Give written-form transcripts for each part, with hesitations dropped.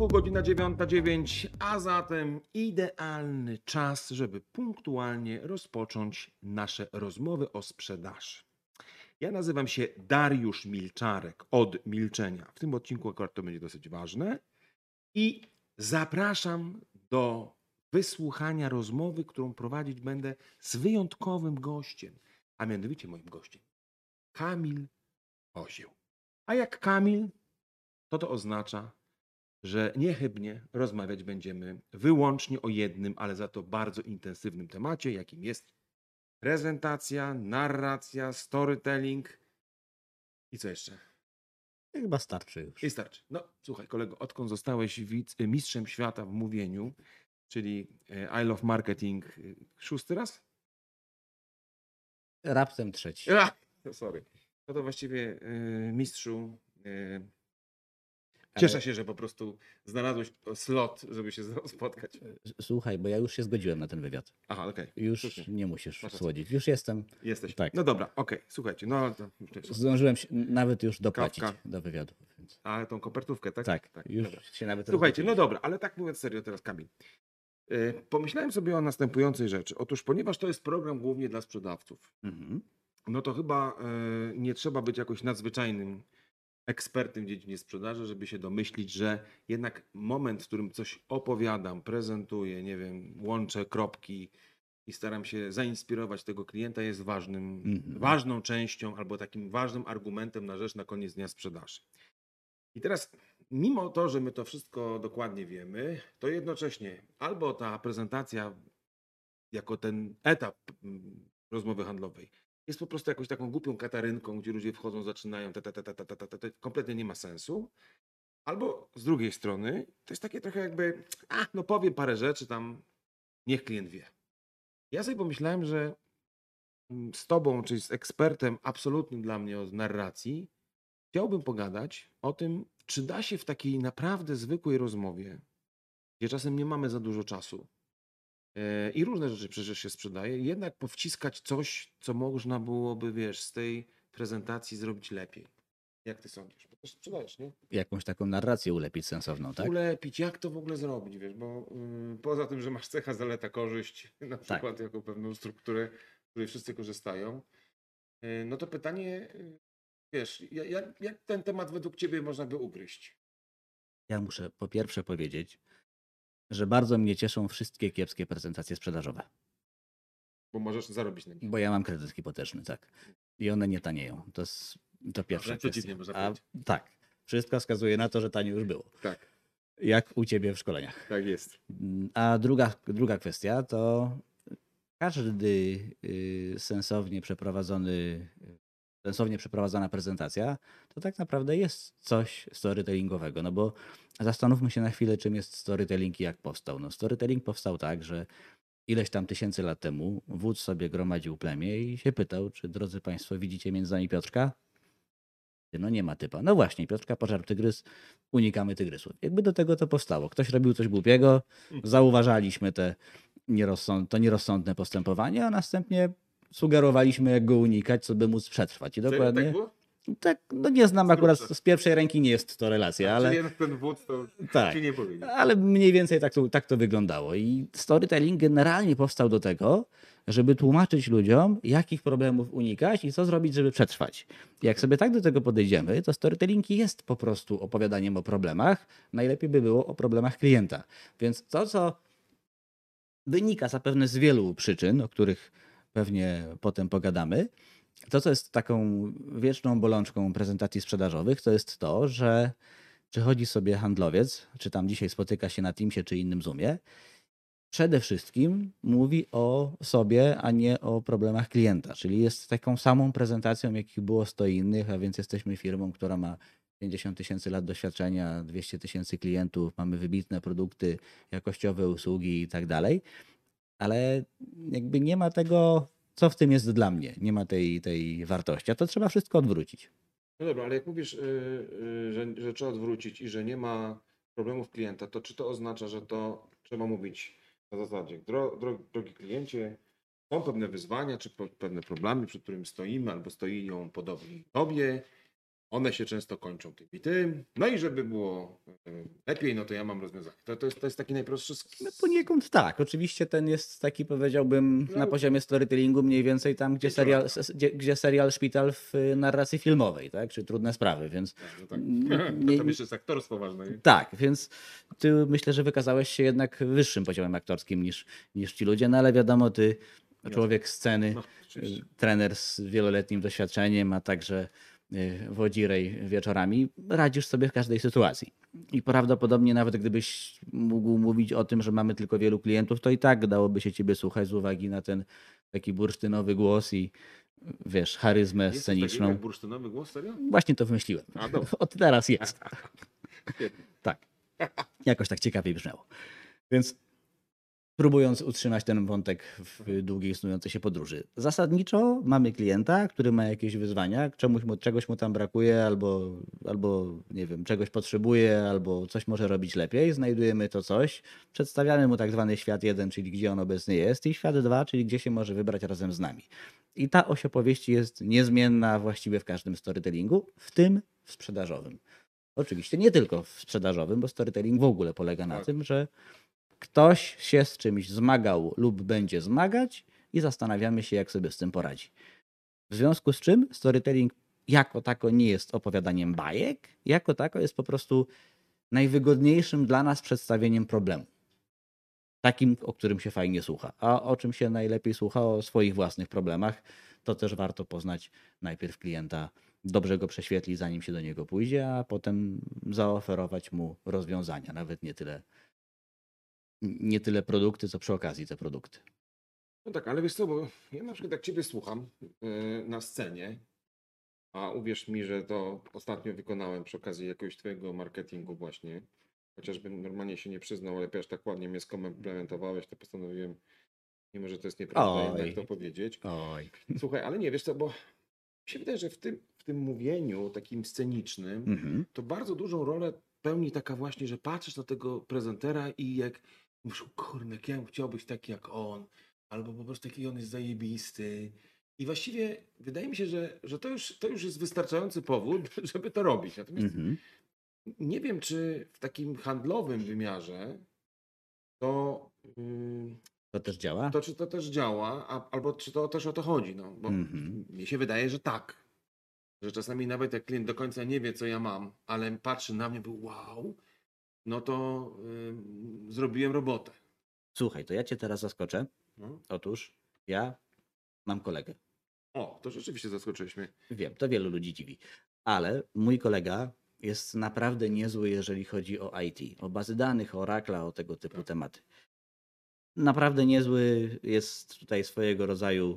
godzina 9:09, a zatem idealny czas, żeby punktualnie rozpocząć nasze rozmowy o sprzedaży. Ja nazywam się Dariusz Milczarek od Milczenia. W tym odcinku akurat to będzie dosyć ważne. I zapraszam do wysłuchania rozmowy, którą prowadzić będę z wyjątkowym gościem, a mianowicie moim gościem Kamil Kozieł. A jak Kamil, to oznacza, że niechybnie rozmawiać będziemy wyłącznie o jednym, ale za to bardzo intensywnym temacie, jakim jest prezentacja, narracja, storytelling i co jeszcze? Chyba starczy już. I starczy. No słuchaj kolego, odkąd zostałeś mistrzem świata w mówieniu, czyli I Love Marketing 6. raz? Raptem trzeci. Sorry. No to właściwie mistrzu... Ale- Cieszę się, że po prostu znalazłeś slot, żeby się spotkać. Słuchaj, bo ja już się zgodziłem na ten wywiad. Aha, okej. Już Słusznie. nie musisz Masz rację. słodzić. Już jestem. Jesteś. Tak. No dobra, okej. Słuchajcie, no to... Zdążyłem się nawet już dopłacić Kawka. do wywiadu. Więc... Ale tą kopertówkę, tak? Tak, już Dobra. się nawet Słuchajcie, no rozgotuję. dobra, ale tak mówiąc serio teraz, Kamil. Pomyślałem sobie o następującej rzeczy. Otóż, ponieważ to jest program głównie dla sprzedawców, Mhm. no to chyba nie trzeba być jakoś nadzwyczajnym ekspertem w dziedzinie sprzedaży, żeby się domyślić, że jednak moment, w którym coś opowiadam, prezentuję, nie wiem, łączę kropki i staram się zainspirować tego klienta, jest ważną częścią albo takim ważnym argumentem na rzecz na koniec dnia sprzedaży. I teraz, mimo to, że my to wszystko dokładnie wiemy, to jednocześnie albo ta prezentacja jako ten etap rozmowy handlowej jest po prostu jakąś taką głupią katarynką, gdzie ludzie wchodzą, zaczynają, kompletnie nie ma sensu. Albo z drugiej strony, to jest takie trochę jakby, no powiem parę rzeczy tam, niech klient wie. Ja sobie pomyślałem, że z tobą, czyli z ekspertem absolutnym dla mnie od narracji, chciałbym pogadać o tym, czy da się w takiej naprawdę zwykłej rozmowie, gdzie czasem nie mamy za dużo czasu i różne rzeczy przecież się sprzedaje, jednak powciskać coś, co można byłoby, wiesz, z tej prezentacji zrobić lepiej. Jak ty sądzisz? Bo też sprzedajesz, nie? Jakąś taką narrację ulepić sensowną, tak? Ulepić, jak to w ogóle zrobić, wiesz, bo poza tym, że masz cecha, zaleta, korzyść, na przykład jako pewną strukturę, z której wszyscy korzystają, no to pytanie, wiesz, jak ten temat według ciebie można by ugryźć? Ja muszę po pierwsze powiedzieć, że bardzo mnie cieszą wszystkie kiepskie prezentacje sprzedażowe. Bo możesz zarobić na nich. Bo ja mam kredyt hipoteczny, tak. I one nie tanieją. To jest to pierwsza wręcz kwestia. przeciwnie, można A powiedzieć. tak, wszystko wskazuje na to, że tanie już było. Tak, Jak u ciebie w szkoleniach. tak jest. A druga kwestia to każdy sensownie przeprowadzona prezentacja to tak naprawdę jest coś storytellingowego. No bo zastanówmy się na chwilę, czym jest storytelling i jak powstał. No storytelling powstał tak, że ileś tam tysięcy lat temu wódz sobie gromadził plemię i się pytał, czy drodzy państwo widzicie między nami Piotrka? No nie ma typa. No właśnie, Piotrka pożarł tygrys, unikamy tygrysów. Jakby do tego to powstało. Ktoś robił coś głupiego, zauważaliśmy to nierozsądne postępowanie, a następnie sugerowaliśmy, jak go unikać, co by móc przetrwać. I dokładnie. Tak było? Tak, no nie znam akurat z pierwszej ręki, nie jest to relacja, ale. Czyli ten wódz to Tak. ci nie powiedział. Ale mniej więcej tak to wyglądało. I storytelling generalnie powstał do tego, żeby tłumaczyć ludziom, jakich problemów unikać i co zrobić, żeby przetrwać. Jak sobie tak do tego podejdziemy, to storytelling jest po prostu opowiadaniem o problemach. Najlepiej by było o problemach klienta. Więc to, co wynika zapewne z wielu przyczyn, o których pewnie potem pogadamy, to, co jest taką wieczną bolączką prezentacji sprzedażowych, to jest to, że przychodzi sobie handlowiec, czy tam dzisiaj spotyka się na Teamsie czy innym Zoomie, przede wszystkim mówi o sobie, a nie o problemach klienta. Czyli jest taką samą prezentacją, jakich było 100 innych, a więc jesteśmy firmą, która ma 50 000 lat doświadczenia, 200 000 klientów, mamy wybitne produkty, jakościowe usługi i tak dalej, ale jakby nie ma tego, co w tym jest dla mnie, nie ma tej wartości, a to trzeba wszystko odwrócić. No dobra, ale jak mówisz, że trzeba odwrócić i że nie ma problemów klienta, to czy to oznacza, że to trzeba mówić na zasadzie, drogi kliencie, są pewne wyzwania, czy pewne problemy, przed którymi stoimy, albo stoją podobni tobie One się często kończą tym i tym. No i żeby było lepiej, no to ja mam rozwiązanie. To jest taki najprostszy. No poniekąd tak. Oczywiście ten jest taki, powiedziałbym, na poziomie storytellingu mniej więcej tam, gdzie serial, gdzie serial Szpital w narracji filmowej, tak? Czy Trudne Sprawy, więc No tak. nie, Tam jeszcze jest aktorstwo ważne. Nie? tak, więc ty myślę, że wykazałeś się jednak wyższym poziomem aktorskim niż ci ludzie, no ale wiadomo, ty człowiek sceny, No, oczywiście. trener z wieloletnim doświadczeniem, a także wodzirej wieczorami, radzisz sobie w każdej sytuacji. I prawdopodobnie nawet gdybyś mógł mówić o tym, że mamy tylko wielu klientów, to i tak dałoby się ciebie słuchać z uwagi na ten taki bursztynowy głos i wiesz, charyzmę Jest coś takiego sceniczną. jak bursztynowy głos, serio? Właśnie to wymyśliłem. A, dobrze. Od teraz jest. Świetnie. Tak. Jakoś tak ciekawiej brzmiało. Więc próbując utrzymać ten wątek w długiej, snującej się podróży. Zasadniczo mamy klienta, który ma jakieś wyzwania, czegoś mu tam brakuje, albo nie wiem, czegoś potrzebuje, albo coś może robić lepiej. Znajdujemy to coś, przedstawiamy mu tak zwany świat 1, czyli gdzie on obecnie jest, i świat 2, czyli gdzie się może wybrać razem z nami. I ta oś opowieści jest niezmienna właściwie w każdym storytellingu, w tym w sprzedażowym. Oczywiście nie tylko w sprzedażowym, bo storytelling w ogóle polega na Tak. tym, że ktoś się z czymś zmagał lub będzie zmagać i zastanawiamy się, jak sobie z tym poradzi. W związku z czym storytelling jako tako nie jest opowiadaniem bajek, jako tako jest po prostu najwygodniejszym dla nas przedstawieniem problemu. Takim, o którym się fajnie słucha. A o czym się najlepiej słucha? O swoich własnych problemach. To też warto poznać najpierw klienta, dobrze go prześwietlić, zanim się do niego pójdzie, a potem zaoferować mu rozwiązania. Nawet nie tyle produkty, co przy okazji te produkty. No tak, ale wiesz co, bo ja na przykład jak ciebie słucham na scenie, a uwierz mi, że to ostatnio wykonałem przy okazji jakiegoś twojego marketingu właśnie, chociażbym normalnie się nie przyznał, ale aż tak ładnie mnie skomplementowałeś, to postanowiłem, mimo że to jest nieprawda, Oj. jednak to powiedzieć. Oj. Słuchaj, ale nie, wiesz co, bo mi się wydaje, że w tym mówieniu takim scenicznym, Mhm. to bardzo dużą rolę pełni taka właśnie, że patrzysz na tego prezentera i jak mówisz, kurde, jak ja bym chciał być taki jak on, albo po prostu taki on jest zajebisty. I właściwie wydaje mi się, że to już jest wystarczający powód, żeby to robić. Natomiast Mhm. nie wiem, czy w takim handlowym wymiarze to, To też działa? czy to też działa, albo czy to też o to chodzi. No, bo Mhm. mi się wydaje, że tak. Że czasami nawet jak klient do końca nie wie, co ja mam, ale patrzy na mnie, był wow, no to zrobiłem robotę. Słuchaj, to ja cię teraz zaskoczę. No. Otóż ja mam kolegę. O, to rzeczywiście zaskoczyłeś mnie. Wiem, to wielu ludzi dziwi. Ale mój kolega jest naprawdę niezły, jeżeli chodzi o IT, o bazy danych, o Oracle'a, o tego typu Tak. tematy. Naprawdę niezły, jest tutaj swojego rodzaju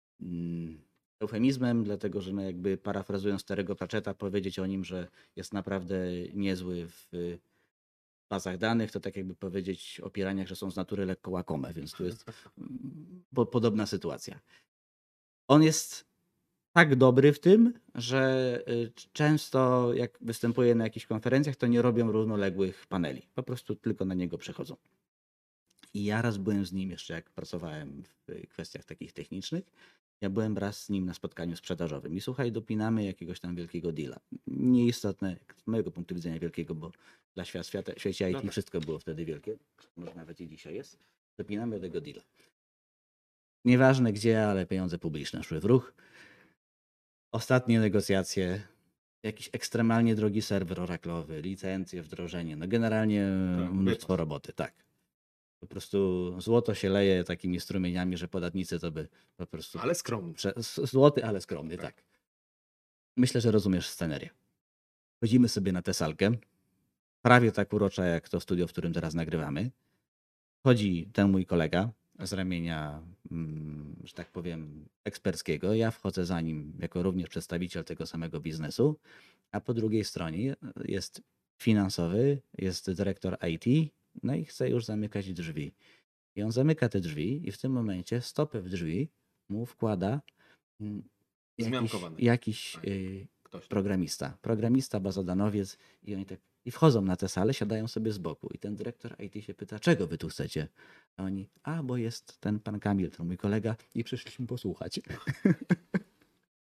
eufemizmem, dlatego że no jakby parafrazując Terry'ego Pratchetta, powiedzieć o nim, że jest naprawdę niezły w bazach danych, to tak jakby powiedzieć o piraniach, że są z natury lekko łakome, więc tu jest podobna sytuacja. On jest tak dobry w tym, że często jak występuje na jakichś konferencjach, to nie robią równoległych paneli. Po prostu tylko na niego przechodzą. I ja raz byłem z nim jeszcze, jak pracowałem w kwestiach takich technicznych, ja byłem raz z nim na spotkaniu sprzedażowym i słuchaj, dopinamy jakiegoś tam wielkiego deala. Nieistotne z mojego punktu widzenia wielkiego, bo dla świecie IT No tak. wszystko było wtedy wielkie, może nawet i dzisiaj jest. Dopinamy tego deala. Nieważne gdzie, ale pieniądze publiczne szły w ruch. Ostatnie negocjacje, jakiś ekstremalnie drogi serwer Oracle'owy, licencje, wdrożenie, no generalnie Tak, mnóstwo wypas. roboty, tak. Po prostu złoto się leje takimi strumieniami, że podatnicy to by po prostu... Ale skromny. Złoty, ale skromny, Tak. tak. Myślę, że rozumiesz scenerię. Chodzimy sobie na tę salkę, prawie tak urocza jak to studio, w którym teraz nagrywamy. Chodzi ten mój kolega z ramienia, że tak powiem, eksperckiego. Ja wchodzę za nim jako również przedstawiciel tego samego biznesu, a po drugiej stronie jest finansowy, jest dyrektor IT, no i chce już zamykać drzwi. I on zamyka te drzwi i w tym momencie stopę w drzwi mu wkłada Zmiankowany. jakiś Ktoś tam. programista, bazodanowiec i oni tak i wchodzą na tę salę, siadają sobie z boku i ten dyrektor IT się pyta, czego wy tu chcecie? A oni, bo jest ten pan Kamil, ten mój kolega i przyszliśmy posłuchać.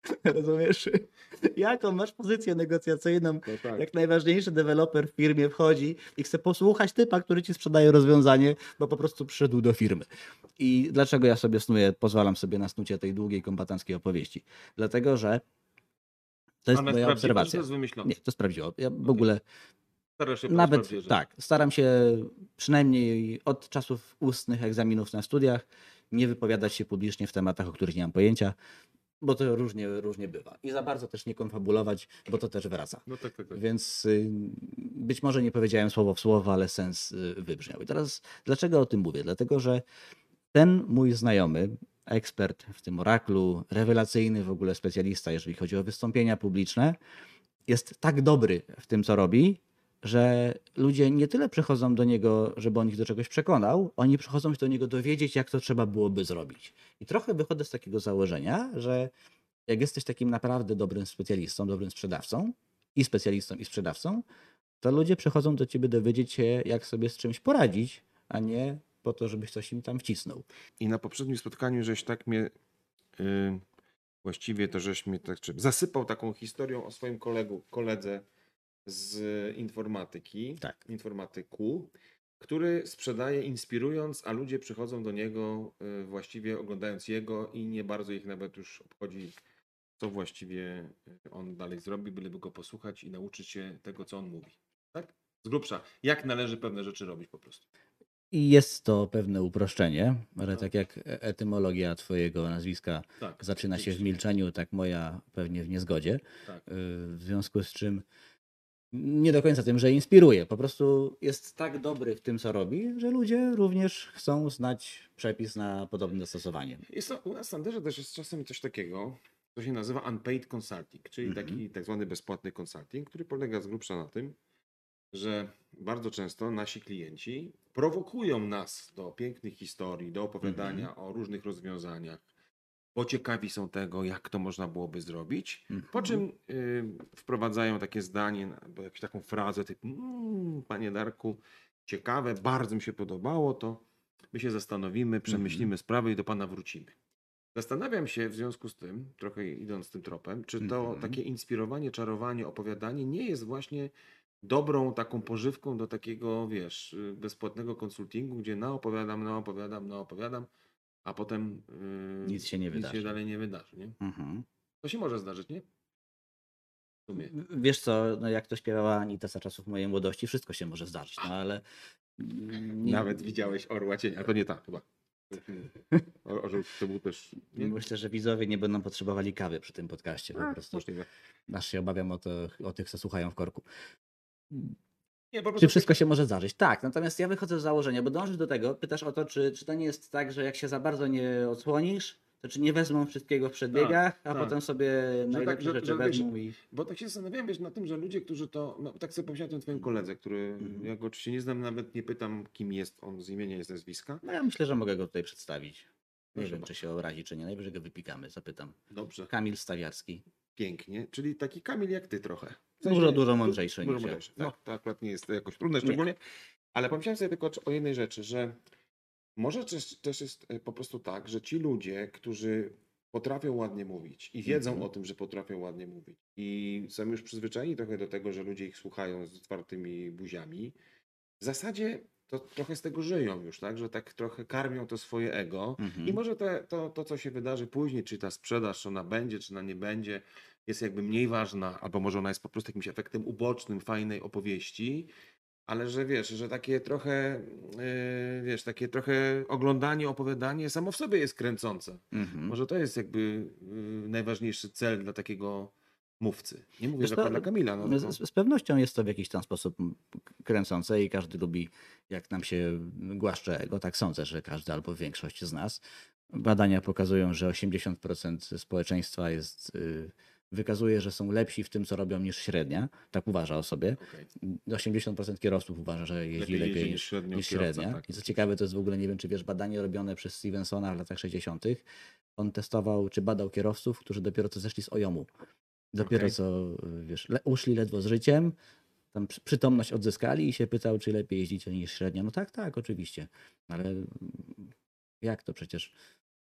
Rozumiesz? Jaką masz pozycję negocjacyjną, No tak. jak najważniejszy deweloper w firmie wchodzi i chce posłuchać typa, który ci sprzedaje rozwiązanie, bo po prostu przyszedł do firmy. I dlaczego ja sobie snuję, pozwalam sobie na snucie tej długiej, kombatanckiej opowieści? Dlatego, że to jest Ona jest moja prawdziwa, czy to obserwacja. jest wymyślone? Nie, to jest prawdziwe. Ja w Okej. ogóle Starasz się nawet prawdziwe rzeczy. tak, staram się przynajmniej od czasów ustnych egzaminów na studiach nie wypowiadać się publicznie w tematach, o których nie mam pojęcia, bo to różnie bywa. I za bardzo też nie konfabulować, bo to też wraca. No tak, tak, tak. Więc być może nie powiedziałem słowo w słowo, ale sens wybrzmiał. I teraz dlaczego o tym mówię? Dlatego, że ten mój znajomy, ekspert w tym oraklu, rewelacyjny w ogóle specjalista, jeżeli chodzi o wystąpienia publiczne, jest tak dobry w tym, co robi, że ludzie nie tyle przychodzą do niego, żeby on ich do czegoś przekonał, oni przychodzą się do niego dowiedzieć, jak to trzeba byłoby zrobić. I trochę wychodzę z takiego założenia, że jak jesteś takim naprawdę dobrym specjalistą, dobrym sprzedawcą, i specjalistą, i sprzedawcą, to ludzie przychodzą do ciebie dowiedzieć się, jak sobie z czymś poradzić, a nie po to, żebyś coś im tam wcisnął. I na poprzednim spotkaniu żeś tak mnie, właściwie to żeś mnie tak zasypał taką historią o swoim koledze z informatyki, Tak. informatyku, który sprzedaje inspirując, a ludzie przychodzą do niego właściwie oglądając jego i nie bardzo ich nawet już obchodzi, co właściwie on dalej zrobi, byleby go posłuchać i nauczyć się tego, co on mówi. Tak? Z grubsza, jak należy pewne rzeczy robić po prostu. I jest to pewne uproszczenie, ale No. tak jak etymologia twojego nazwiska Tak, zaczyna się w oczywiście. milczeniu, tak moja pewnie w niezgodzie. Tak. W związku z czym nie do końca tym, że inspiruje. Po prostu jest tak dobry w tym, co robi, że ludzie również chcą znać przepis na podobne zastosowanie. Jest to, u nas w Sanderze też jest czasem coś takiego, co się nazywa unpaid consulting, czyli taki tak zwany bezpłatny consulting, który polega z grubsza na tym, że bardzo często nasi klienci prowokują nas do pięknych historii, do opowiadania o różnych rozwiązaniach, bo ciekawi są tego, jak to można byłoby zrobić, po czym wprowadzają takie zdanie, albo jakąś taką frazę typu panie Darku, ciekawe, bardzo mi się podobało, to my się zastanowimy, przemyślimy sprawę i do pana wrócimy. Zastanawiam się w związku z tym, trochę idąc tym tropem, czy to takie inspirowanie, czarowanie, opowiadanie nie jest właśnie dobrą taką pożywką do takiego, wiesz, bezpłatnego konsultingu, gdzie naopowiadam, a potem Nic się nie nic się wydarzy. dalej nie wydarzy, nie? To się może zdarzyć, nie? W sumie. Wiesz co, no jak to śpiewała Anita za czasów mojej młodości, wszystko się może zdarzyć, no ale Nawet widziałeś Orła Cienia, to nie ta chyba. Orzeł to był też... Nie? myślę, że widzowie nie będą potrzebowali kawy przy tym podcaście. Po prostu Możliwe. aż się obawiam o tych, co słuchają w korku. Nie, po Czy prostu wszystko się może zdarzyć? Tak, natomiast ja wychodzę z założenia, bo dążysz do tego, pytasz o to, czy to nie jest tak, że jak się za bardzo nie odsłonisz, to czy nie wezmą wszystkiego w przedbiegach, a tak. potem sobie najlepsze rzeczy że wiesz, wezmą i... Bo tak się zastanawiam, wiesz, na tym, że ludzie, którzy to, no tak sobie pomyślałem o tym twoim koledze, który, ja go oczywiście nie znam, nawet nie pytam, kim jest on z imienia i z nazwiska. No ja myślę, że mogę go tutaj przedstawić. Nie Proszę wiem, bardzo. czy się obrazi, czy nie. Najwyżej go wypikamy, zapytam. Dobrze, Kamil Stawiarski. pięknie, czyli taki Kamil jak ty trochę. Dużo mądrzejszy Dużo niż ja. mądrzejszy, tak, to akurat nie jest jakoś trudne szczególnie, ale pomyślałem sobie tylko o jednej rzeczy, że może też jest po prostu tak, że ci ludzie, którzy potrafią ładnie mówić i wiedzą o tym, że potrafią ładnie mówić i są już przyzwyczajeni trochę do tego, że ludzie ich słuchają z otwartymi buziami, w zasadzie to trochę z tego żyją już, tak? Że tak trochę karmią to swoje ego i może to, co się wydarzy później, czy ta sprzedaż, czy ona będzie, czy ona nie będzie, jest jakby mniej ważna, albo może ona jest po prostu jakimś efektem ubocznym fajnej opowieści, ale że wiesz, że takie trochę, wiesz, takie trochę oglądanie, opowiadanie samo w sobie jest kręcące. Może to jest jakby najważniejszy cel dla takiego mówcy. Nie mówię, Wiesz że co, dla Kamila. No, tylko... z pewnością jest to w jakiś tam sposób kręcące i każdy lubi, jak nam się głaszcze ego. Tak sądzę, że każdy albo większość z nas. Badania pokazują, że 80% społeczeństwa wykazuje, że są lepsi w tym, co robią niż średnia. Tak uważa o sobie. Okej. 80% kierowców uważa, że jeździ Lepiej lepiej jeździ niż niż średnia. kierowca, tak. I co ciekawe, to jest w ogóle, nie wiem, czy wiesz, badanie robione przez Stevensona w latach 60. On testował, czy badał kierowców, którzy dopiero co zeszli z OJOM-u. Dopiero co, wiesz, uszli ledwo z życiem, tam przytomność odzyskali i się pytał, czy lepiej jeździcie niż średnia. No tak, oczywiście. Ale jak to przecież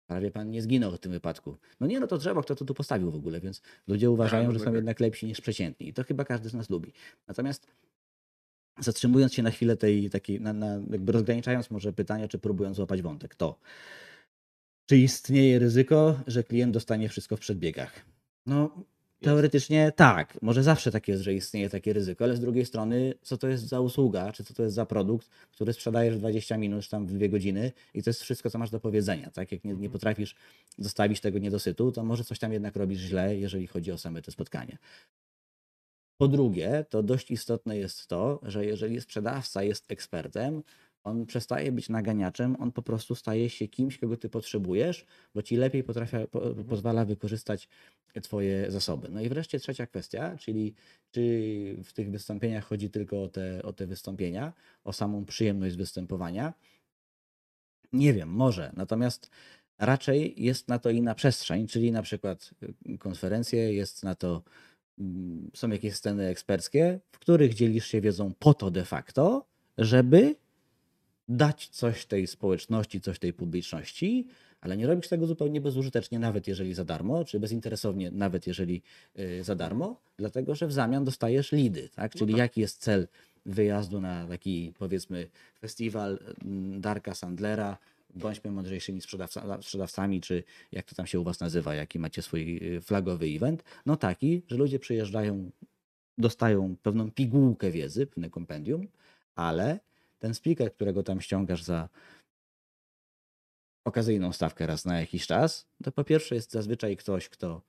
Prawie pan nie zginął w tym wypadku. No nie, no to drzewo, kto to tu postawił w ogóle, więc ludzie uważają, że są jednak lepsi niż przeciętni. I to chyba każdy z nas lubi. Natomiast zatrzymując się na chwilę tej takiej, jakby rozgraniczając może pytania, czy próbując złapać wątek, to czy istnieje ryzyko, że klient dostanie wszystko w przedbiegach? No, teoretycznie tak. Może zawsze tak jest, że istnieje takie ryzyko, ale z drugiej strony, co to jest za usługa, czy co to jest za produkt, który sprzedajesz w 20 minut, czy tam w 2 godziny i to jest wszystko, co masz do powiedzenia. Tak? Jak nie potrafisz zostawić tego niedosytu, to może coś tam jednak robisz źle, jeżeli chodzi o same to spotkanie. Po drugie, to dość istotne jest to, że jeżeli sprzedawca jest ekspertem, on przestaje być naganiaczem, on po prostu staje się kimś, kogo ty potrzebujesz, bo ci lepiej pozwala wykorzystać twoje zasoby. No i wreszcie trzecia kwestia, czyli czy w tych wystąpieniach chodzi tylko o te wystąpienia, o samą przyjemność występowania? Nie wiem, może. Natomiast raczej jest na to inna przestrzeń, czyli na przykład konferencje, jest na to są jakieś sceny eksperckie, w których dzielisz się wiedzą po to de facto, żeby dać coś tej społeczności, coś tej publiczności, ale nie robisz tego zupełnie bezużytecznie, nawet jeżeli za darmo, czy bezinteresownie, nawet jeżeli za darmo, dlatego że w zamian dostajesz lidy, tak? Czyli jaki jest cel wyjazdu na taki, powiedzmy, festiwal Darka Sandlera, bądźmy mądrzejszymi sprzedawcami, czy jak to tam się u was nazywa, jaki macie swój flagowy event, no taki, że ludzie przyjeżdżają, dostają pewną pigułkę wiedzy, pewne kompendium, ale ten speaker, którego tam ściągasz za okazyjną stawkę raz na jakiś czas, to po pierwsze jest zazwyczaj ktoś, kto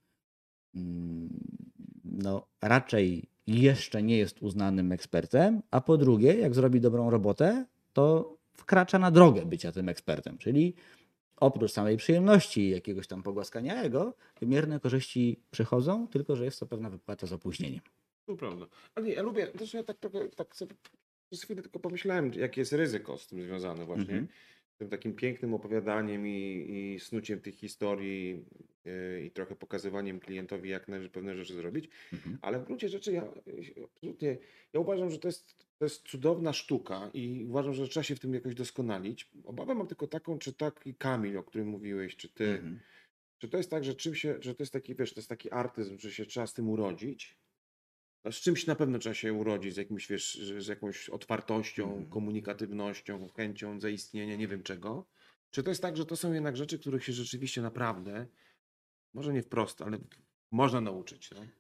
no, raczej jeszcze nie jest uznanym ekspertem, a po drugie, jak zrobi dobrą robotę, to wkracza na drogę bycia tym ekspertem, czyli oprócz samej przyjemności i jakiegoś tam pogłaskania ego, wymierne korzyści przychodzą, tylko że jest to pewna wypłata z opóźnieniem. To prawda. Ale nie, ja lubię, też ja tak trochę, tak sobie przez chwilę tylko pomyślałem, jakie jest ryzyko z tym związane właśnie. Tym takim pięknym opowiadaniem i snuciem tych historii i trochę pokazywaniem klientowi, jak należy pewne rzeczy zrobić. Ale w gruncie rzeczy ja absolutnie, ja uważam, że to jest cudowna sztuka i uważam, że trzeba się w tym jakoś doskonalić. Obawę mam tylko taką, czy taki Kamil, o którym mówiłeś, czy ty, czy to jest tak, że to jest taki, wiesz, to jest taki artyzm, że się trzeba z tym urodzić. No, z czymś na pewno trzeba się urodzić, z jakimś, wiesz, z jakąś otwartością, komunikatywnością, chęcią zaistnienia, nie wiem czego. Czy to jest tak, że to są jednak rzeczy, których się rzeczywiście naprawdę, może nie wprost, ale można nauczyć, no?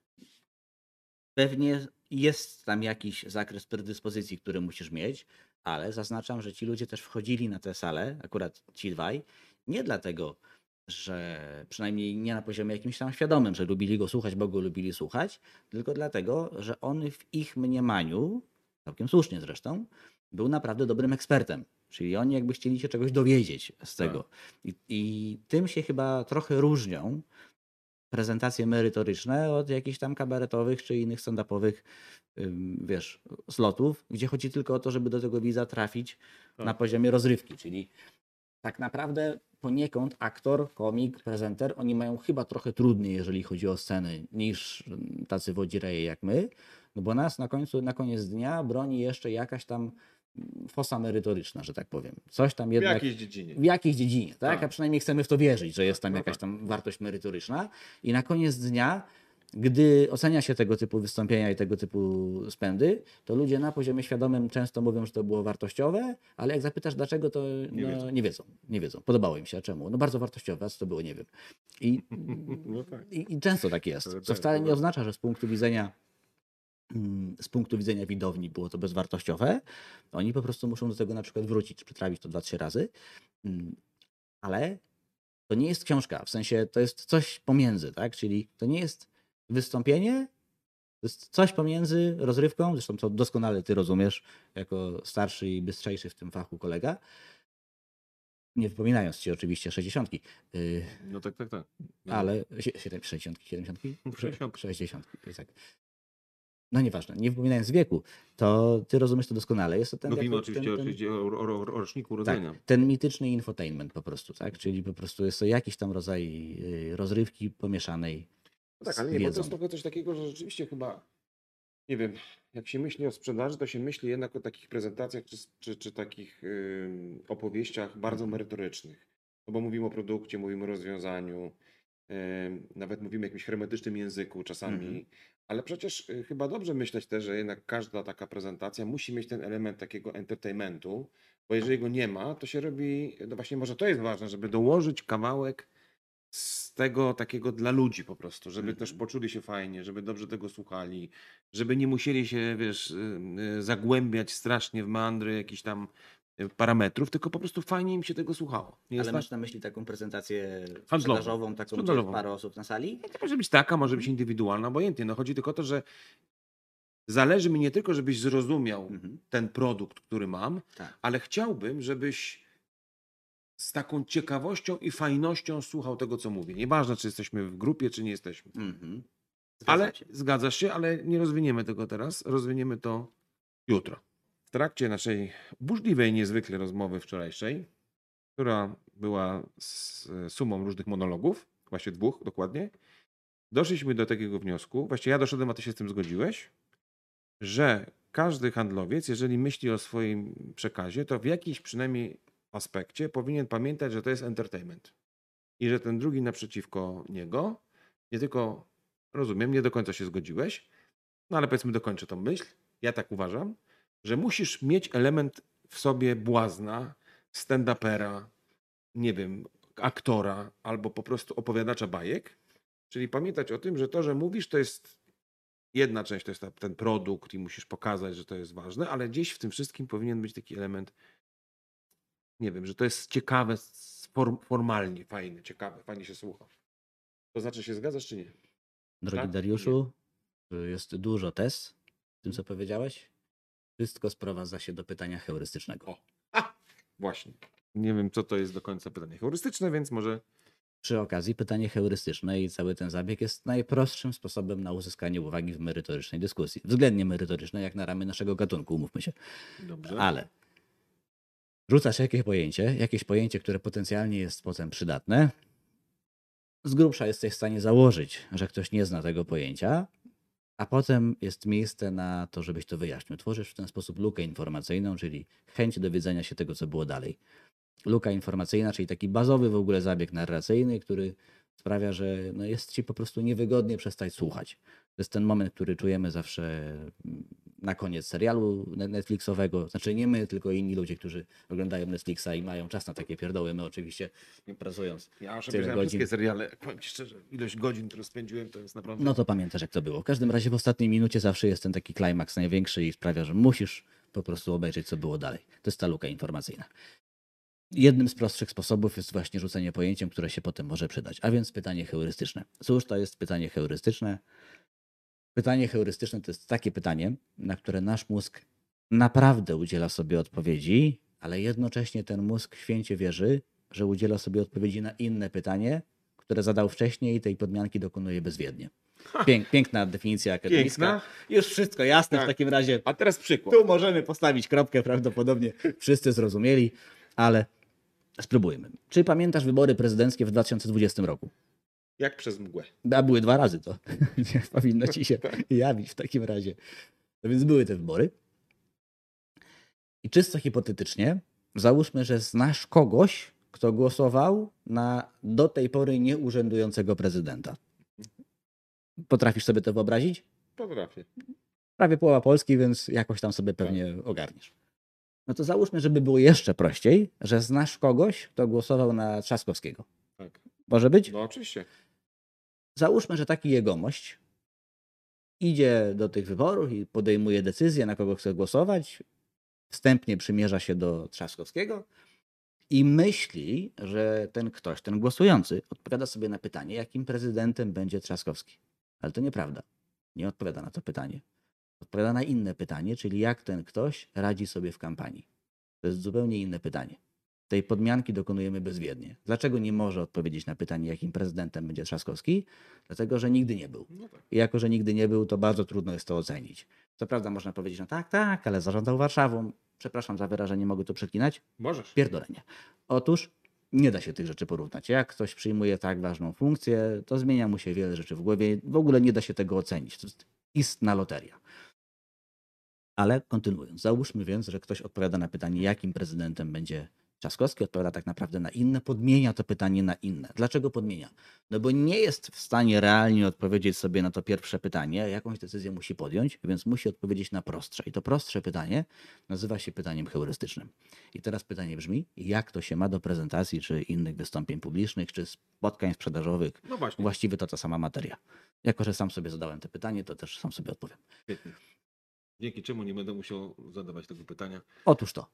Pewnie jest tam jakiś zakres predyspozycji, który musisz mieć, ale zaznaczam, że ci ludzie też wchodzili na tę salę, akurat ci dwaj, nie dlatego, że przynajmniej nie na poziomie jakimś tam świadomym, że lubili go słuchać, bo go lubili słuchać, tylko dlatego, że on w ich mniemaniu, całkiem słusznie zresztą, był naprawdę dobrym ekspertem. Czyli oni jakby chcieli się czegoś dowiedzieć z tego. I tym się chyba trochę różnią prezentacje merytoryczne od jakichś tam kabaretowych czy innych stand-upowych, wiesz, slotów, gdzie chodzi tylko o to, żeby do tego widza trafić na poziomie rozrywki, czyli tak naprawdę poniekąd aktor, komik, prezenter, oni mają chyba trochę trudniej, jeżeli chodzi o sceny, niż tacy wodzireje jak my, no bo nas na koniec dnia broni jeszcze jakaś tam fosa merytoryczna, że tak powiem. Coś tam W jednak. jakiejś dziedzinie. W jakiejś dziedzinie, tak? Tak. A przynajmniej chcemy w to wierzyć, że jest tam no jakaś tak. tam wartość merytoryczna. I na koniec dnia, gdy ocenia się tego typu wystąpienia i tego typu spędy, to ludzie na poziomie świadomym często mówią, że to było wartościowe, ale jak zapytasz dlaczego, to nie wiedzą. Podobało im się, a czemu? No bardzo wartościowe, a co to było, nie wiem. No tak. I często tak jest, co wcale nie oznacza, że z punktu widzenia widowni było to bezwartościowe. Oni po prostu muszą do tego na przykład wrócić, przetrawić to 2-3 razy. Ale to nie jest książka, w sensie to jest coś pomiędzy, tak? Czyli to nie jest wystąpienie, to jest coś pomiędzy rozrywką, zresztą to doskonale ty rozumiesz, jako starszy i bystrzejszy w tym fachu kolega. Nie wypominając ci oczywiście 60. No tak. Ale 60, 70? 60. 60, tak. No nieważne, nie wypominając wieku, to ty rozumiesz to doskonale. Jest to ten, Mówimy oczywiście o roczniku urodzenia. tak, ten mityczny infotainment po prostu, tak? Czyli po prostu jest to jakiś tam rodzaj rozrywki pomieszanej No tak, z ale nie, bo to wiedzą. jest trochę coś takiego, że rzeczywiście chyba, nie wiem, jak się myśli o sprzedaży, to się myśli jednak o takich prezentacjach czy takich opowieściach bardzo merytorycznych. No bo mówimy o produkcie, mówimy o rozwiązaniu, nawet mówimy o jakimś hermetycznym języku czasami, ale przecież chyba dobrze myśleć też, że jednak każda taka prezentacja musi mieć ten element takiego entertainmentu, bo jeżeli go nie ma, to się robi, no właśnie może to jest ważne, żeby dołożyć kawałek z tego takiego dla ludzi po prostu, żeby też poczuli się fajnie, żeby dobrze tego słuchali, żeby nie musieli się, wiesz, zagłębiać strasznie w meandry jakichś tam parametrów, tylko po prostu fajnie im się tego słuchało. Nie jest Ale tak? masz na myśli taką prezentację Handlową. sprzedażową, taką, gdzie jest Sprzedażową. parę osób na sali? To może być taka, może być indywidualna, obojętnie. No chodzi tylko o to, że zależy mi nie tylko, żebyś zrozumiał ten produkt, który mam, Tak. ale chciałbym, żebyś z taką ciekawością i fajnością słuchał tego, co mówię. Nieważne, czy jesteśmy w grupie, czy nie jesteśmy. Zgadzam Ale się. zgadzasz się, ale nie rozwiniemy tego teraz. Rozwiniemy to jutro. W trakcie naszej burzliwej niezwykle rozmowy wczorajszej, która była sumą różnych monologów, właśnie 2 dokładnie, doszliśmy do takiego wniosku, właściwie ja doszedłem, a ty się z tym zgodziłeś, że każdy handlowiec, jeżeli myśli o swoim przekazie, to w jakimś przynajmniej aspekcie powinien pamiętać, że to jest entertainment. I że ten drugi naprzeciwko niego, nie tylko, rozumiem, nie do końca się zgodziłeś, no ale powiedzmy dokończę tą myśl, ja tak uważam, że musisz mieć element w sobie błazna, stand-upera, nie wiem, aktora albo po prostu opowiadacza bajek, czyli pamiętać o tym, że to, że mówisz, to jest jedna część, to jest ten produkt i musisz pokazać, że to jest ważne, ale gdzieś w tym wszystkim powinien być taki element, nie wiem, że to jest ciekawe, formalnie, fajne, ciekawe, fajnie się słucha. To znaczy się zgadzasz czy nie? Drogi Tak? Dariuszu, jest dużo tez w tym, co powiedziałeś. Wszystko sprowadza się do pytania heurystycznego. O, właśnie. Nie wiem, co to jest do końca pytanie heurystyczne, więc może Przy okazji pytanie heurystyczne i cały ten zabieg jest najprostszym sposobem na uzyskanie uwagi w merytorycznej dyskusji. Względnie merytorycznej, jak na ramy naszego gatunku, umówmy się. dobrze. Ale rzucasz jakieś pojęcie, które potencjalnie jest potem przydatne. Z grubsza jesteś w stanie założyć, że ktoś nie zna tego pojęcia, a potem jest miejsce na to, żebyś to wyjaśnił. Tworzysz w ten sposób lukę informacyjną, czyli chęć dowiedzenia się tego, co było dalej. Luka informacyjna, czyli taki bazowy w ogóle zabieg narracyjny, który sprawia, że no jest ci po prostu niewygodnie przestać słuchać. To jest ten moment, który czujemy zawsze na koniec serialu Netflixowego. Znaczy nie my, tylko inni ludzie, którzy oglądają Netflixa i mają czas na takie pierdoły. My oczywiście pracując Ja już tyle obejrzałem godzin. wszystkie seriale. Powiem ci szczerze, ilość godzin, które spędziłem, to jest naprawdę... No to pamiętasz, jak to było. W każdym razie w ostatniej minucie zawsze jest ten taki klimaks największy i sprawia, że musisz po prostu obejrzeć, co było dalej. To jest ta luka informacyjna. Jednym z prostszych sposobów jest właśnie rzucenie pojęciem, które się potem może przydać. A więc pytanie heurystyczne. Cóż to jest pytanie heurystyczne? Pytanie heurystyczne to jest takie pytanie, na które nasz mózg naprawdę udziela sobie odpowiedzi, ale jednocześnie ten mózg święcie wierzy, że udziela sobie odpowiedzi na inne pytanie, które zadał wcześniej i tej podmianki dokonuje bezwiednie. Piękna definicja akademicka. Piękna. Już wszystko jasne Tak. w takim razie. A teraz przykład. Tu możemy postawić kropkę, prawdopodobnie wszyscy zrozumieli, ale spróbujmy. Czy pamiętasz wybory prezydenckie w 2020 roku? Jak przez mgłę. A były 2 razy to. Nie powinno ci się jawić w takim razie. No więc były te wybory. I czysto hipotetycznie, załóżmy, że znasz kogoś, kto głosował na do tej pory nieurzędującego prezydenta. Potrafisz sobie to wyobrazić? Potrafię. Prawie połowa Polski, więc jakoś tam sobie pewnie ogarniesz. No to załóżmy, żeby było jeszcze prościej, że znasz kogoś, kto głosował na Trzaskowskiego. Tak. Może być? No oczywiście. Załóżmy, że taki jegomość idzie do tych wyborów i podejmuje decyzję, na kogo chce głosować, wstępnie przymierza się do Trzaskowskiego i myśli, że ten ktoś, ten głosujący, odpowiada sobie na pytanie, jakim prezydentem będzie Trzaskowski. Ale to nieprawda. Nie odpowiada na to pytanie. Odpowiada na inne pytanie, czyli jak ten ktoś radzi sobie w kampanii. To jest zupełnie inne pytanie. Tej podmianki dokonujemy bezwiednie. Dlaczego nie może odpowiedzieć na pytanie, jakim prezydentem będzie Trzaskowski? Dlatego, że nigdy nie był. No tak. I jako, że nigdy nie był, to bardzo trudno jest to ocenić. Co prawda można powiedzieć, no tak, ale zarządzał Warszawą. Przepraszam za wyrażenie, mogę to przeklinać? Możesz. Pierdolenie. Otóż nie da się tych rzeczy porównać. Jak ktoś przyjmuje tak ważną funkcję, to zmienia mu się wiele rzeczy w głowie. W ogóle nie da się tego ocenić. To jest istna loteria. Ale kontynuując, załóżmy więc, że ktoś odpowiada na pytanie, jakim prezydentem będzie Trzaskowski odpowiada tak naprawdę na inne, podmienia to pytanie na inne. Dlaczego podmienia? No bo nie jest w stanie realnie odpowiedzieć sobie na to pierwsze pytanie, jakąś decyzję musi podjąć, więc musi odpowiedzieć na prostsze. I to prostsze pytanie nazywa się pytaniem heurystycznym. I teraz pytanie brzmi, jak to się ma do prezentacji, czy innych wystąpień publicznych, czy spotkań sprzedażowych? No właśnie, Właściwie to ta sama materia. Jako że sam sobie zadałem to pytanie, to też sam sobie odpowiem. świetnie. Dzięki czemu nie będę musiał zadawać tego pytania. Otóż to.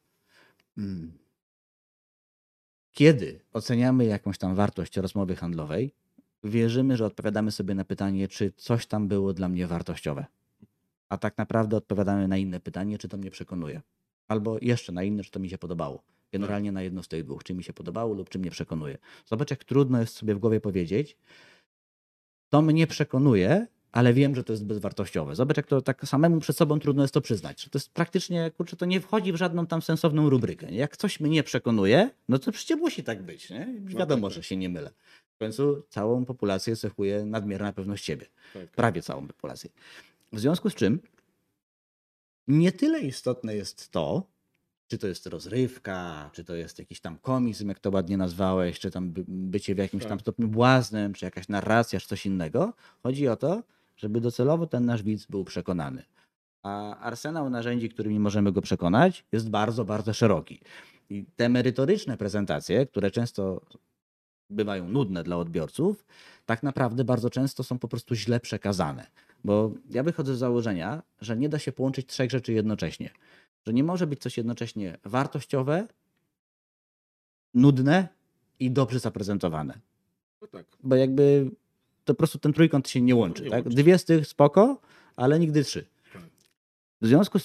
Kiedy oceniamy jakąś tam wartość rozmowy handlowej, wierzymy, że odpowiadamy sobie na pytanie, czy coś tam było dla mnie wartościowe. A tak naprawdę odpowiadamy na inne pytanie, czy to mnie przekonuje. Albo jeszcze na inne, czy to mi się podobało. Generalnie na jedno z tych dwóch, czy mi się podobało lub czy mnie przekonuje. Zobacz, jak trudno jest sobie w głowie powiedzieć, to mnie przekonuje, ale wiem, że to jest bezwartościowe. Zobacz, jak to tak samemu przed sobą trudno jest to przyznać. Że to jest praktycznie, kurczę, to nie wchodzi w żadną tam sensowną rubrykę. Nie? Jak coś mnie przekonuje, no to przecież musi tak być. Nie? Wiadomo, że się nie mylę. W końcu całą populację cechuje nadmierna pewność siebie. Tak. Prawie całą populację. W związku z czym nie tyle istotne jest to, czy to jest rozrywka, czy to jest jakiś tam komizm, jak to ładnie nazwałeś, czy tam bycie w jakimś tam Tak. stopniu błaznem, czy jakaś narracja, czy coś innego. Chodzi o to, żeby docelowo ten nasz widz był przekonany. A arsenał narzędzi, którymi możemy go przekonać, jest bardzo, bardzo szeroki. I te merytoryczne prezentacje, które często bywają nudne dla odbiorców, tak naprawdę bardzo często są po prostu źle przekazane. Bo ja wychodzę z założenia, że nie da się połączyć trzech rzeczy jednocześnie. Że nie może być coś jednocześnie wartościowe, nudne i dobrze zaprezentowane. No tak. Bo jakby to po prostu ten trójkąt się nie łączy. Nie Tak? łączy. Dwie z tych spoko, ale nigdy trzy. Tak. W związku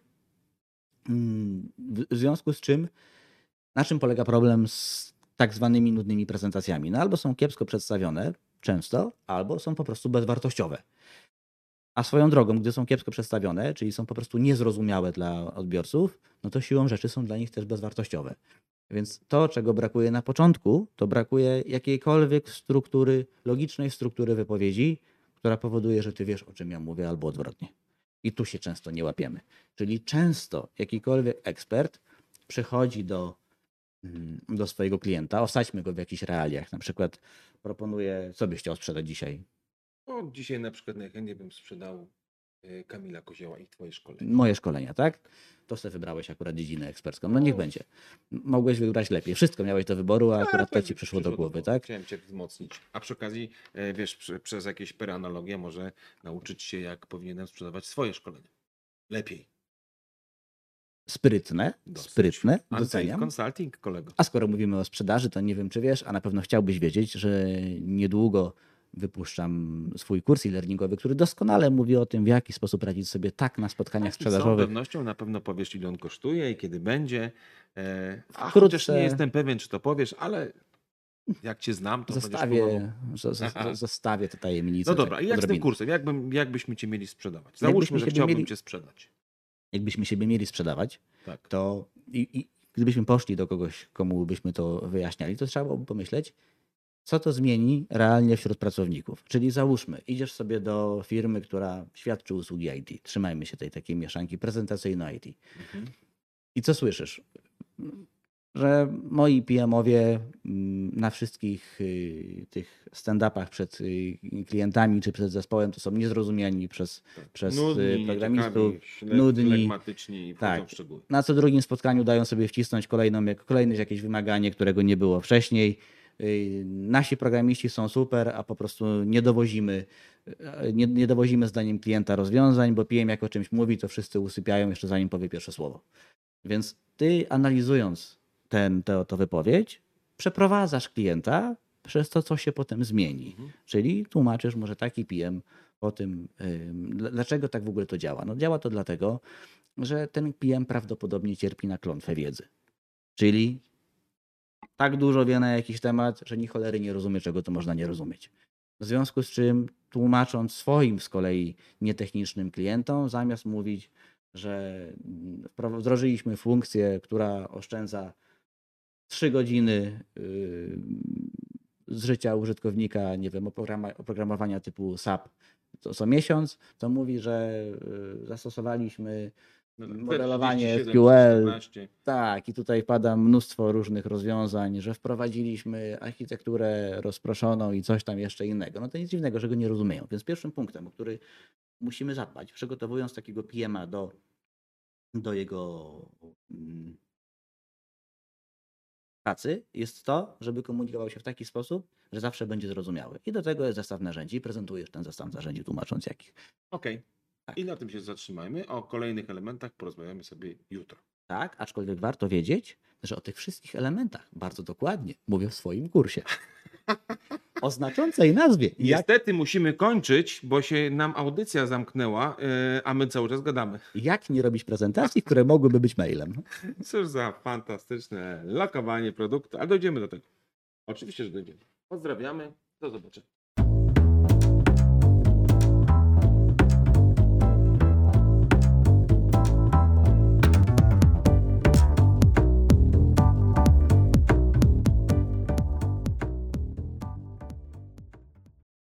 z czym, na czym polega problem z tak zwanymi nudnymi prezentacjami? No albo są kiepsko przedstawione, często, albo są po prostu bezwartościowe. A swoją drogą, gdy są kiepsko przedstawione, czyli są po prostu niezrozumiałe dla odbiorców, no to siłą rzeczy są dla nich też bezwartościowe. Więc to, czego brakuje na początku, to brakuje jakiejkolwiek struktury, logicznej struktury wypowiedzi, która powoduje, że ty wiesz, o czym ja mówię, albo odwrotnie. I tu się często nie łapiemy. Czyli często jakikolwiek ekspert przychodzi do swojego klienta, osadźmy go w jakichś realiach, na przykład proponuje, co byś chciał sprzedać dzisiaj? No, dzisiaj na przykład najchętniej bym sprzedał Kamila Kozioła i twoje szkolenie. Moje szkolenia, tak? To sobie wybrałeś akurat dziedzinę ekspercką. No niech będzie. Mogłeś wybrać lepiej. Wszystko miałeś do wyboru, a akurat to tak ci przyszło do głowy, tak? Chciałem cię wzmocnić. A przy okazji, wiesz, przez jakieś peranalogie może nauczyć się, jak powinienem sprzedawać swoje szkolenie. Lepiej. Sprytne, Dosyć. sprytne, Unpaid doceniam. Consulting, kolego. A skoro mówimy o sprzedaży, to nie wiem, czy wiesz, a na pewno chciałbyś wiedzieć, że niedługo wypuszczam swój kurs e-learningowy, który doskonale mówi o tym, w jaki sposób radzić sobie tak na spotkaniach Z całą sprzedażowych. pewnością na pewno powiesz, ile on kosztuje i kiedy będzie. A Wkrótce. chociaż nie jestem pewien, czy to powiesz, ale jak cię znam, to będziesz pomagał. Zostawię tę tajemnicę. No dobra, tak i jak z tym odrobinę. kursem? Jakbyśmy cię mieli sprzedawać? Załóżmy, że chciałbym cię sprzedać. Jakbyśmy siebie mieli sprzedawać, Tak. to i gdybyśmy poszli do kogoś, komu byśmy to wyjaśniali, to trzeba byłoby pomyśleć, co to zmieni realnie wśród pracowników. Czyli załóżmy, idziesz sobie do firmy, która świadczy usługi IT. Trzymajmy się tej takiej mieszanki prezentacyjno-IT. Mhm. I co słyszysz? Że moi PM-owie na wszystkich tych stand-upach przed klientami czy przed zespołem to są niezrozumiani przez Nudni, programistów. nieciekawi, Nudni. flegmatyczni i wchodzą Tak. w szczegóły. Na co drugim spotkaniu dają sobie wcisnąć kolejne jakieś wymaganie, którego nie było wcześniej. Nasi programiści są super, a po prostu nie dowozimy zdaniem klienta rozwiązań, bo PM jak o czymś mówi, to wszyscy usypiają jeszcze zanim powie pierwsze słowo. Więc ty analizując tę wypowiedź, przeprowadzasz klienta przez to, co się potem zmieni. Czyli tłumaczysz może taki PM o tym, dlaczego tak w ogóle to działa. No działa to dlatego, że ten PM prawdopodobnie cierpi na klątwę wiedzy. Czyli tak dużo wie na jakiś temat, że ni cholery nie rozumie, czego to można nie rozumieć. W związku z czym tłumacząc swoim z kolei nietechnicznym klientom, zamiast mówić, że wdrożyliśmy funkcję, która oszczędza 3 godziny z życia użytkownika, nie wiem, oprogramowania typu SAP co miesiąc, to mówi, że zastosowaliśmy No tak, modelowanie 47, SQL. 14. Tak, i tutaj pada mnóstwo różnych rozwiązań, że wprowadziliśmy architekturę rozproszoną i coś tam jeszcze innego. No to nic dziwnego, że go nie rozumieją. Więc pierwszym punktem, o który musimy zadbać, przygotowując takiego PM-a do jego pracy, jest to, żeby komunikował się w taki sposób, że zawsze będzie zrozumiały. I do tego jest zestaw narzędzi. Prezentujesz ten zestaw narzędzi, tłumacząc jakich. Okej. Tak. I na tym się zatrzymajmy. O kolejnych elementach porozmawiamy sobie jutro. Tak, aczkolwiek warto wiedzieć, że o tych wszystkich elementach bardzo dokładnie mówię w swoim kursie. O znaczącej nazwie. Jak Niestety musimy kończyć, bo się nam audycja zamknęła, a my cały czas gadamy. nie robić prezentacji, które mogłyby być mailem. Cóż za fantastyczne lokowanie produktu, ale dojdziemy do tego. Oczywiście, że dojdziemy. Pozdrawiamy, do zobaczenia.